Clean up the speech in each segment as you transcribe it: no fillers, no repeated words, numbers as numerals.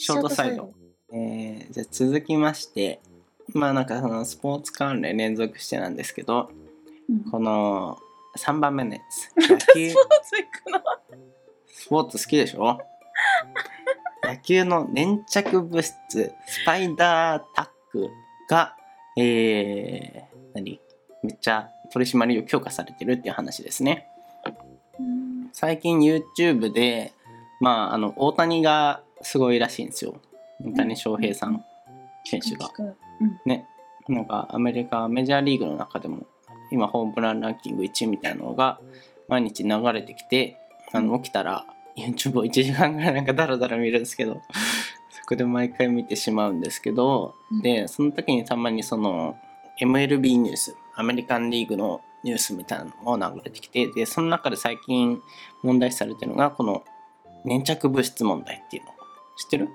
ショートサイド。じゃあ続きまして、まあなんかそのスポーツ関連連続してなんですけど、この3番目のやつ。野球スポーツ好きでしょ？野球の粘着物質スパイダータックが、めっちゃ取り締まりを強化されてるっていう話ですね。最近 YouTube で、大谷がすごいらしいんですよ。大谷翔平さん選手が、ね、なんかアメリカメジャーリーグの中でも今ホームランランキング1位みたいなのが毎日流れてきて、起きたら YouTube を1時間ぐらいなんかダラダラ見るんですけどそこで毎回見てしまうんですけど、でその時にたまにその MLB ニュース、アメリカンリーグのニュースみたいなのも流れてきて、でその中で最近問題視されてるのがこの粘着物質問題っていうの知ってる？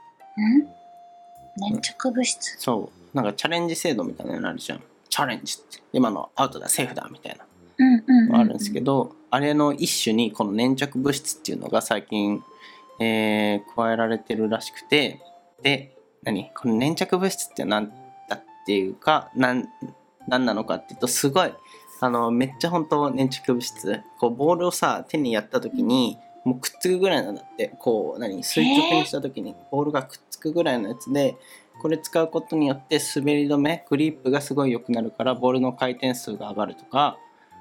粘着物質。 そうなんかチャレンジ制度みたいなのになるじゃん。チャレンジって今のアウトだセーフだみたいなのあるんですけど、あれの一種にこの粘着物質っていうのが最近、加えられてるらしくて、でこの粘着物質って何だっていうか何なのかっていうと、すごいめっちゃ本当粘着物質、こうボールをさ手にやった時にもうくっつくぐらいなんだって。こう垂直にした時にボールがくっつくぐらいのやつで、これ使うことによって滑り止めグリップがすごい良くなるからボールの回転数が上がるとか、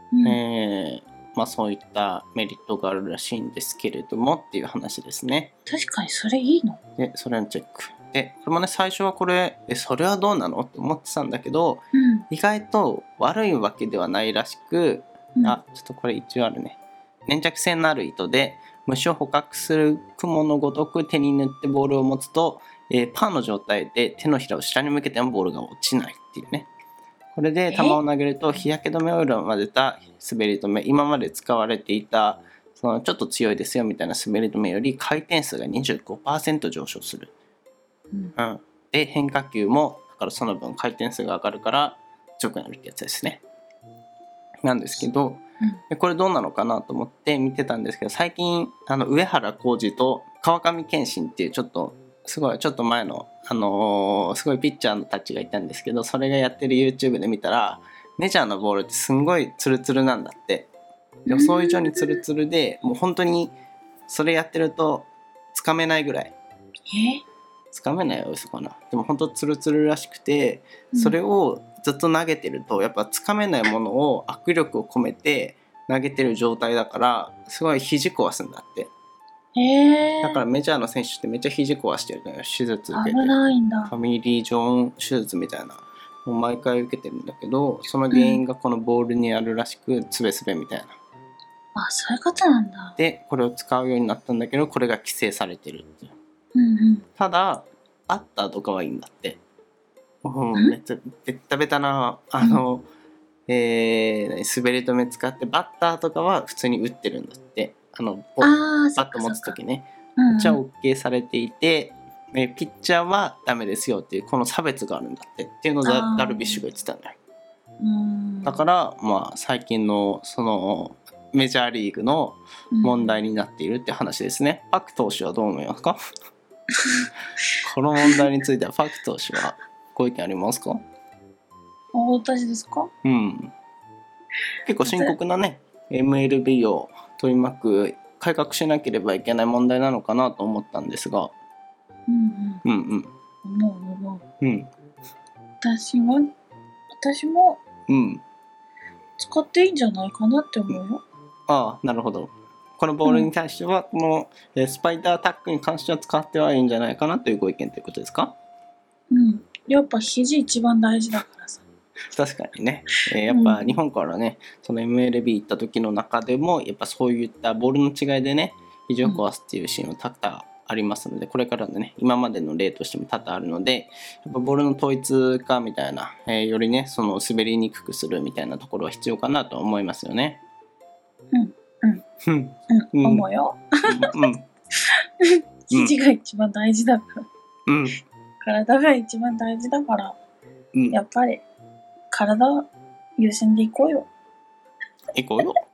そういったメリットがあるらしいんですけれどもっていう話ですね。 確かにそれいいの？ でそれのチェックで、これもね最初はこれそれはどうなのって思ってたんだけど、意外と悪いわけではないらしく、ちょっとこれ一応あるね。粘着性のある糸で虫を捕獲する雲のごとく手に塗ってボールを持つと、パーの状態で手のひらを下に向けてもボールが落ちないっていうね。これで球を投げると日焼け止めオイルを混ぜた滑り止め、今まで使われていたそのちょっと強いですよみたいな滑り止めより回転数が 25% 上昇する、で変化球もだからその分回転数が上がるから強くなるってやつですね。なんですけど、これどうなのかなと思って見てたんですけど、最近上原浩二と川上憲伸っていうちょっと前のすごいピッチャーたちがいたんですけど、それがやってる YouTube で見たらメジャーのボールってすんごいツルツルなんだって。予想以上にツルツルで、もう本当にそれやってるとつかめないぐらい。つかめないは嘘かな。でも本当ツルツルらしくて、それをずっと投げてるとやっぱつかめないものを握力を込めて投げてる状態だからすごい肘壊すんだって。だからメジャーの選手ってめっちゃ肘壊してるのよ。手術受けて危ないんだ。 ファミリージョーン手術みたいなもう毎回受けてるんだけど、その原因がこのボールにあるらしく、つべすべみたいな。 そういうことなんだ。 でこれを使うようになったんだけど、これが規制されてるっていう。ただバッターとかはいいんだって。めっちゃベッタベタな滑り止め使ってバッターとかは普通に打ってるんだって。バット持つ時ね、じゃあ OK されていて、ピッチャーはダメですよっていうこの差別があるんだっていうのをダルビッシュが言ってたんだよ。だから最近のそのメジャーリーグの問題になっているって話ですね。パク投手はどう思いますか？この問題についてはパク投手はご意見ありますか？ 私ですか？ 結構深刻なね MLB を取り巻く改革しなければいけない問題なのかなと思ったんですが、 私も使っていいんじゃないかなって思うよ。 なるほど。このボールに対しては、このスパイダータックに関しては使ってはいいんじゃないかなというご意見ということですか？ やっぱ肘一番大事だからさ。 確かにね、やっぱ日本からね、その MLB 行った時の中でもやっぱそういったボールの違いでね肘を壊すっていうシーンは多々ありますので、これからのね今までの例としても多々あるので、やっぱボールの統一化みたいな、よりねその滑りにくくするみたいなところは必要かなと思いますよね。 思うよ。肘が一番大事だから、体が一番大事だから、やっぱり体優先でいこうよ。